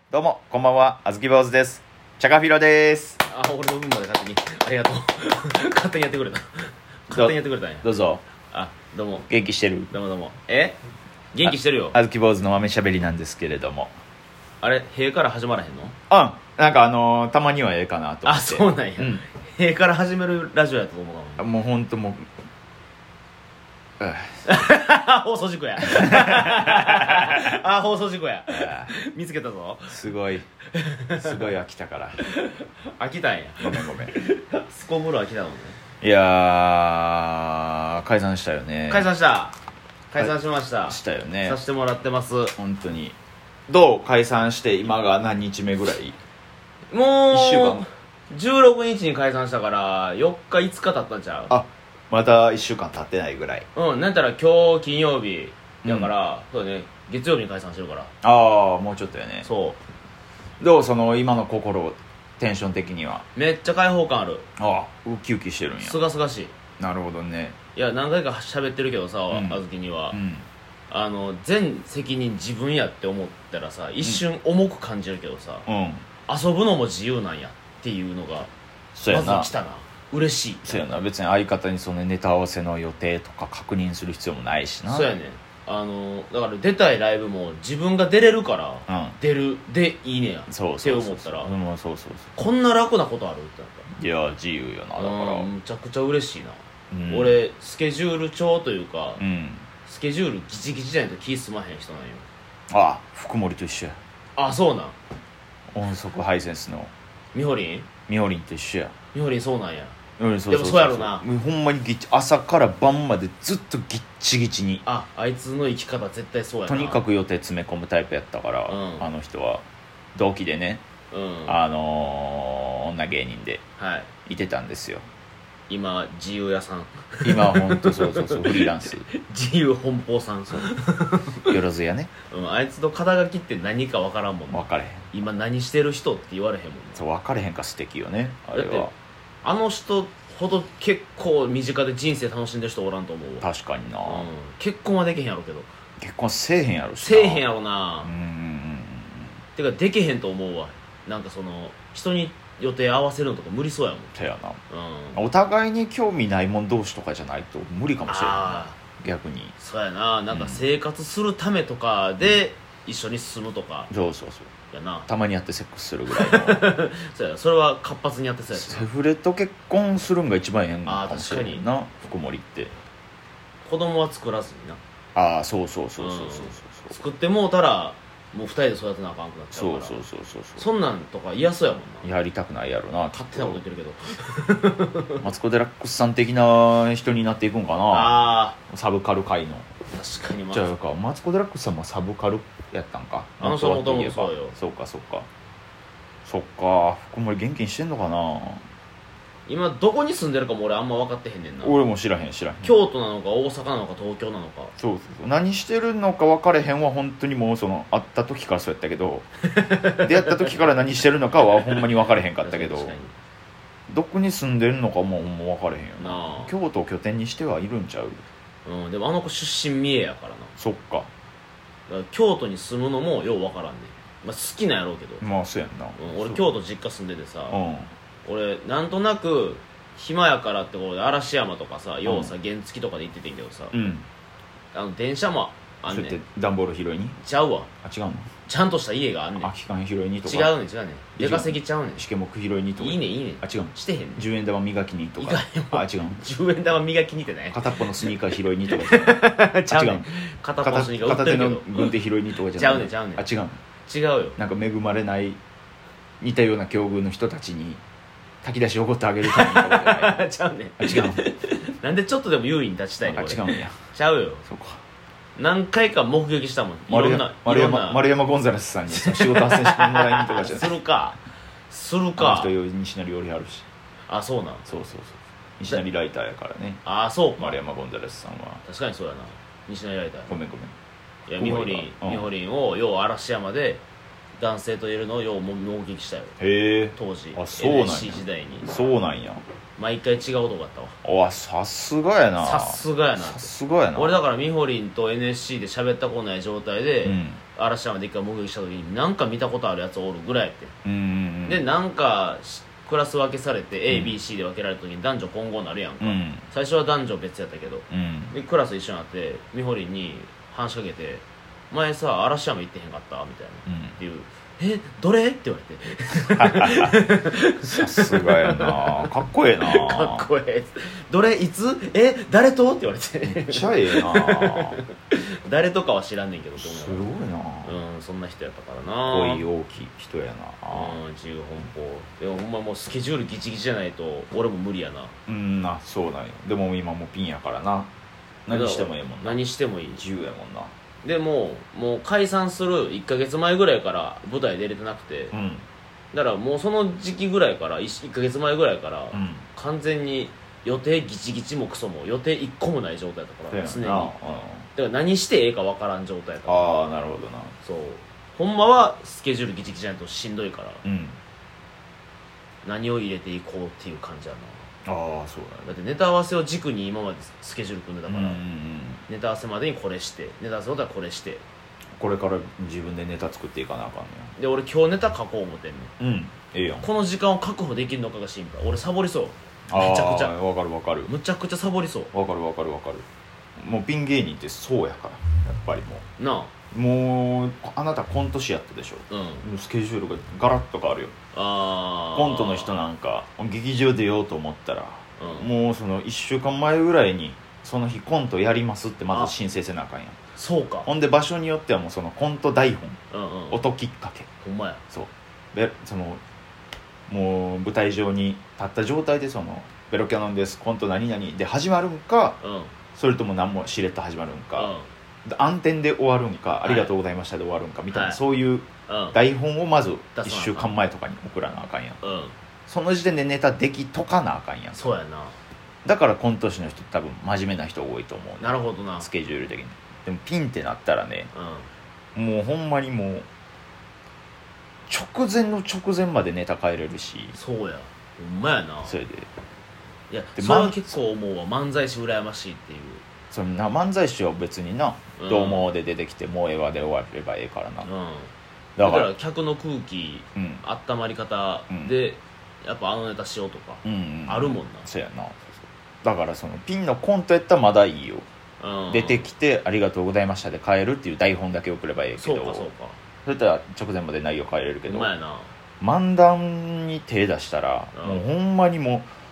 どうもこんばんは、あずき坊主です。チャカフィロです。 俺の分まで勝手にありがとう勝手にやってくれた勝手にやってくれたんや。 どうぞ。 どうも元気してる？ どうも元気してるよ。 あずき坊主の豆しゃべりなんですけれども、 あれ塀から始まらへんの？ なんかたまにはええかなと思って。 そうなんや、塀から始めるラジオやと思うもうほんともう放送事故や放送事故や見つけたぞ。 すごい飽きたから飽きたんや。 ごめんすこぶる飽きたもんね。 いやー、解散したよね。 解散しました。 したよね。 させてもらってます。 本当に。どう？解散して今が何日目ぐらい？ もう 1週間。 16日に解散したから4日5日経ったんちゃう？ また1週間経ってないぐらい。 なんたら今日金曜日だから、そうだね、月曜日に解散してるから。 もうちょっとやね。 そうどう？今の心、テンション的には。 めっちゃ開放感ある。 ウキウキしてるんや。 すがすがしい。 なるほどね。 いや、何回か喋ってるけどさ、あずきには、全責任自分やって思ったらさ、一瞬重く感じるけどさ、遊ぶのも自由なんやっていうのがまず来たな。嬉しい。 そうやな。別に相方にそのネタ合わせの予定とか確認する必要もないしな。 そうやね。だから出たいライブも自分が出れるから、出るでいいねやって思ったら、こんな楽なことあるってなった。 いや自由よな。だからむちゃくちゃ嬉しいな。俺スケジュール帳というか、スケジュールギチギチじゃないと気済まへん人なんよ。 福森と一緒や。 そうなん。 音速ハイセンスのみほりんと一緒や。 みほりんそうなんや。 でもそうやろな。 ほんまに朝から晩までずっとギッチギチに。 あいつの生き方絶対そうやな。 とにかく予定詰め込むタイプやったから、あの人は同期でね、女芸人でいてたんですよ。 今自由屋さん。 今ほんとそうフリーランス自由奔放さん。 よろずやね。 あいつの肩書きって何か分からんもんね。 分かれへん。 今何してる人って言われへんもんね。 そう分かれへんか。素敵よねあれは。 だってあの人ほど結構身近で人生楽しんでる人おらんと思うわ。 確かにな、 結婚はできへんやろけど。 結婚せえへんやろしな。 せえへんやろな。てかできへんと思うわ。なんかその人に予定合わせるのとか無理そうやもん。 そうやな、お互いに興味ないもん同士とかじゃないと無理かもしれない逆に。 そうやな。なんか生活するためとかで一緒に住むとか、 そうやな。 たまにやってセックスするぐらいのそうや、それは活発にやってそうやセフレと結婚するんが一番ええんかもしれんな。福森って子供は作らずにな。 そう作ってもうたらもう二人で育てなあかんくなっちゃうから。そんなんとか嫌そうやもんな。 やりたくないやろな。 勝手なこと言ってるけどマツコ・デラックスさん的な人になっていくんかな。サブカル界の。 確かに。 じゃあマツコ・デラックスさんもサブカルやったんか。 あの人もともとそうよ。 そっか福森元気にしてんのかな。 今どこに住んでるかも俺あんま分かってへんねんな。 俺も知らへん。 京都なのか大阪なのか東京なのか。 そう何してるのか分かれへんは本当にもうその会った時からそうやったけど出会った時から何してるのかはほんまに分かれへんかったけどどこに住んでるのかもほんま分かれへんよな。京都を拠点にしてはいるんちゃう。 でもあの子出身三重やからな。 そっか。 だから京都に住むのもよう分からんね。好きなんやろうけど。 そうやんな。 俺京都実家住んでてさ、俺なんとなく暇やからってことで嵐山とかさ、ようさ原付とかで行っててんけどさ、電車もあんねん。 そうやって段ボール拾いにちゃうわ。 違うの。 ちゃんとした家があんねん。 空き缶拾いにとか。 違うねん出稼ぎちゃうねん。 しけもく拾いにとか。 いいねん。 違うの。 してへんねん。 10円玉磨きにとか。違うの。 10円玉磨きにってね。 片っぽのスニーカー拾いにとか。 ちゃうねん。片っぽのスニーカー売ってるけど。 片手の軍手拾いにとかじゃない。 ちゃうねん。 違うの。 違うよ。 なんか恵まれない似たような境遇の人たちに炊き出しおごってあげるためにとかじゃない。 ちゃうねん。 違うの。 なんでちょっとでも優位に立ちたいの。 違うんや。 ちゃうよ。 そうか。 何回か目撃したもん。 丸山ゴンザレスさんに仕事斡旋してもらいにとかじゃない。 するか。 あの人西成料理あるし。 そうなん。 そう西成ライターやからね。 そうか。 丸山ゴンザレスさんは確かにそうやな。西成ライター。 ごめん。 いやみほりんをよう嵐山で男性といるのをよう目撃したよ。 へえ。 当時そうなんや。 NSC 時代に。 そうなんや。 毎回違う男だったわ。 さすがやな。 俺だからみほりんと NSC で喋ったことない状態で、 嵐山で一回目撃した時になんか見たことあるやつおるぐらいやって、 うん、 でなんかクラス分けされて ABC で分けられた時に男女混合になるやんか、最初は男女別やったけど、でクラス一緒になって美穂に話しかけて「前さ嵐山行ってへんかった?」みたいな、っていうどれって言われてさすがやな、かっこええなかっこええどれいつ誰とって言われてめっちゃええな誰とかは知らんねんけどすごいな、 そんな人やったからな、 恋大きい人やな、 自由奔放でもほんまもうスケジュールギチギチじゃないと俺も無理やな、 そうなんよ。でも今もうピンやからな、何してもええもんな、 何してもいい自由やもんな。 でもう解散する1ヶ月前ぐらいから舞台出れてなくて、だからもうその時期ぐらいから 1ヶ月前ぐらいから、完全に予定ギチギチもクソも予定1個もない状態だったから常に、だから何してええか分からん状態だったから。 なるほどな。 そうほんまはスケジュールギチギチじゃないとしんどいから、何を入れていこうっていう感じやな。 そうだね。 だってネタ合わせを軸に今までスケジュール組んでたから、ネタ合わせまでにこれしてネタ合わせまではこれしてこれから自分でネタ作っていかなあかんねん。で俺今日ネタ書こう思ってんねん。ええやん。 この時間を確保できるのかが心配。俺サボりそう、めちゃくちゃ。 わかるわかる。 むちゃくちゃサボりそう。 わかるわかるわかる。もうピン芸人ってそうやから、やっぱりもうなあ、 もうあなたコント師やったでしょ、スケジュールがガラッと変わるよ。コントの人なんか劇場出ようと思ったら、もうその1週間前ぐらいにその日コントやりますってまず申請せなあかんやん。 そうか。 ほんで場所によってはもうそのコント台本、音きっかけ、 ほんまや。 そうでそのもう舞台上に立った状態でそのベロキャノンですコント何々で始まるんか、それとも何もしれっと始まるんか、暗転で終わるんか、ありがとうございましたで終わるんかみたいな、そういう台本をまず1週間前とかに送らなあかんやん、その時点でネタできとかなあかんやん。 そうやな。 だからコント師の人多分真面目な人多いと思う。 なるほどな。 スケジュール的に。でもピンってなったらね、もうほんまにもう直前の直前までネタ変えれるし。 そうや、ほんまやな。 それでいやそれは結構思うわ。漫才師羨ましいっていう。 そんな漫才師は別にな、どうもで出てきてもうええわで終わればええからな、 だから客の空気、温まり方で、やっぱあのネタしようとかあるもんな。 そうやな。だからそのピンのコントやったらまだいいよ、出てきてありがとうございましたで変えるっていう台本だけ送ればええけど、そうやったら直前まで内容変えれるけど、漫談に手出したら、もうほんまに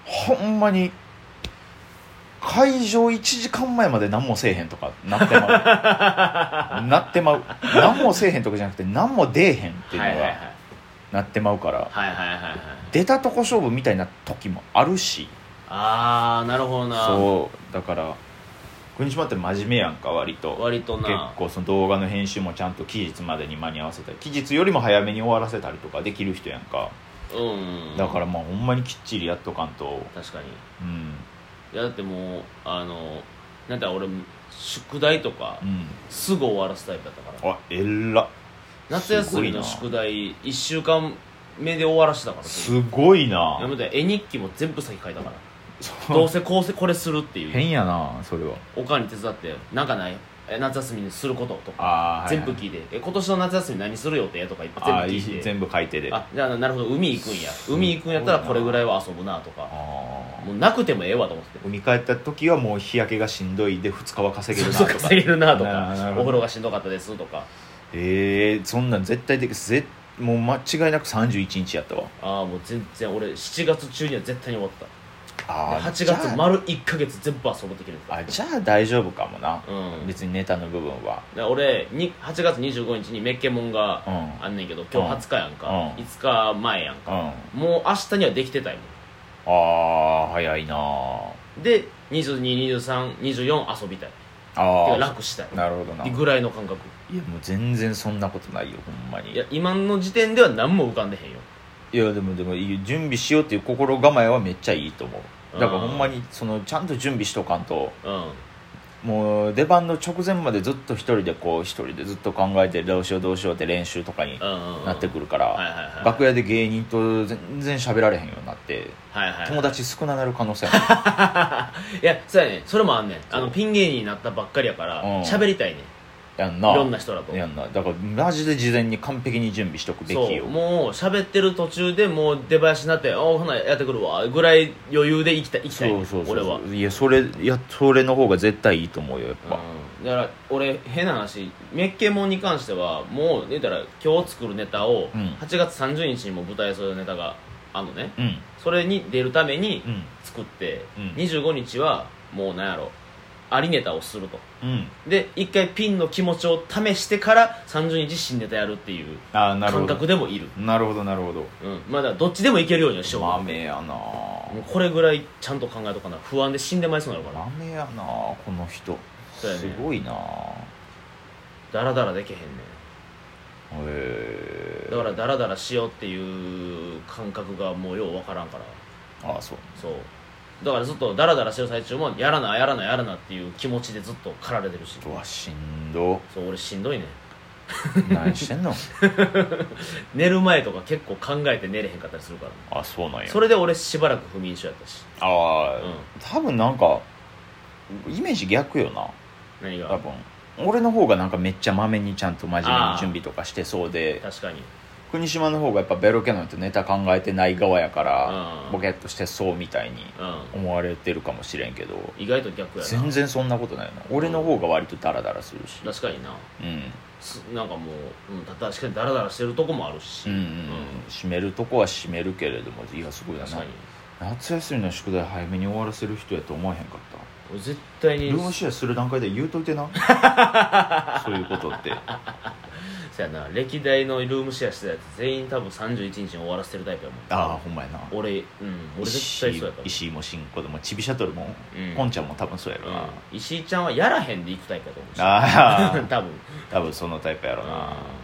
会場1時間前まで何もせえへんとかなってまう何もせえへんとかじゃなくて何も出えへんっていうのがなってまうから、出たとこ勝負みたいな時もあるし。 なるほどな。 そうだから国島って真面目やんか、割とな。 結構その動画の編集もちゃんと期日までに間に合わせたり、期日よりも早めに終わらせたりとかできる人やんか。だからまあほんまにきっちりやっとかんと。 確かに。いやだってもうなんて俺宿題とか、すぐ終わらすタイプだったから。 えらっ。 夏休みの宿題1週間目で終わらしてたから。 すごいな。 やめて、絵日記も全部先書いたから。どうせこれするっていう。 変やなそれは。 おかんに手伝ってなんかない夏休みにすることとか全部聞いて、今年の夏休み何する予定とか全部聞いて、 全部書いてで、 じゃあなるほど海行くんや、海行くんやったらこれぐらいは遊ぶなとか、もうなくてもええわと思って。 海帰った時はもう日焼けがしんどいで2日は稼げるなとか稼げるなとか、お風呂がしんどかったですとか。 そんなん絶対でもう間違いなく31日やったわ。 もう全然俺7月中には絶対に終わった。8月丸1ヶ月全部遊ぶできるんです。 じゃあ大丈夫かもな、別にネタの部分は。 俺8月25日にメッケモンがあんねんけど、今日20日やんか、5日前やんか、もう明日にはできてたよ。 早いな。 で222324遊びたい、楽したい。なるほどな。ぐらいの感覚。 いやもう全然そんなことないよほんまに。 いや今の時点では何も浮かんでへんよ。 いやでも準備しようっていう心構えはめっちゃいいと思う。だからほんまにちゃんと準備しとかんと、もう出番の直前までずっと一人でずっと考えてどうしようって練習とかになってくるから、楽屋で芸人と全然喋られへんようになって、友達少ななる可能性ある。いやそうやね、それもあんねん。ピン芸人になったばっかりやから喋りたいね。 やんないろんな人らとやんな。だからマジで事前に完璧に準備しとくべきよ。 そうもう喋ってる途中でもう出囃子になって「おほなやってくるわ」ぐらい余裕で行きたいそう俺はいやそれの方が絶対いいと思うよやっぱ、 だから俺変な話メッケモンに関してはもう言ったら今日作るネタを8月30日にも舞台袖ネタがあるのね、それに出るために作って、25日はもうなんやろありネタをすると、で一回ピンの気持ちを試してから30日新ネタやるっていう感覚でもいる。 なるほどなるほど、 まだどっちでもいけるようにしよう。 豆やな。 もうこれぐらいちゃんと考えとかな不安で死んでまいそうなのかな。 豆やなこの人、 そうやね、 すごいな。 ダラダラできへんねだからダラダラしようっていう感覚がもうようわからんから。 そうだからずっとダラダラしてる最中もやらなやらなやらなっていう気持ちでずっと駆られてるし。 うわしんど。 そう俺しんどいね何してんの寝る前とか結構考えて寝れへんかったりするから、ね、 そうなんや。 それで俺しばらく不眠症やったし。 多分なんかイメージ逆よな。 何が？ 多分俺の方がなんかめっちゃまめにちゃんと真面目に準備とかしてそうで、 確かに国島の方がやっぱベロキャノンってネタ考えてない側やから、ボケっとしてそうみたいに思われてるかもしれんけど、 意外と逆やな。 全然そんなことないな。俺の方が割とダラダラするし。 確かにな。なんかもう、確かにダラダラしてるとこもあるし、 締めるとこは締めるけれども、いやすごいな。夏休みの宿題早めに終わらせる人やと思わへんかった。 俺絶対にルームシェアする段階で言うといてなそういうことってそうやな。歴代のルームシェアしてたやつ全員多分31日に終わらせてるタイプやもん。 ほんまやな。 俺絶対そうやった。 石井も新子でもちびシャトルも、ポンちゃんも多分そうやろな、 石井ちゃんはやらへんで行くタイプやと思うし多分そのタイプやろな。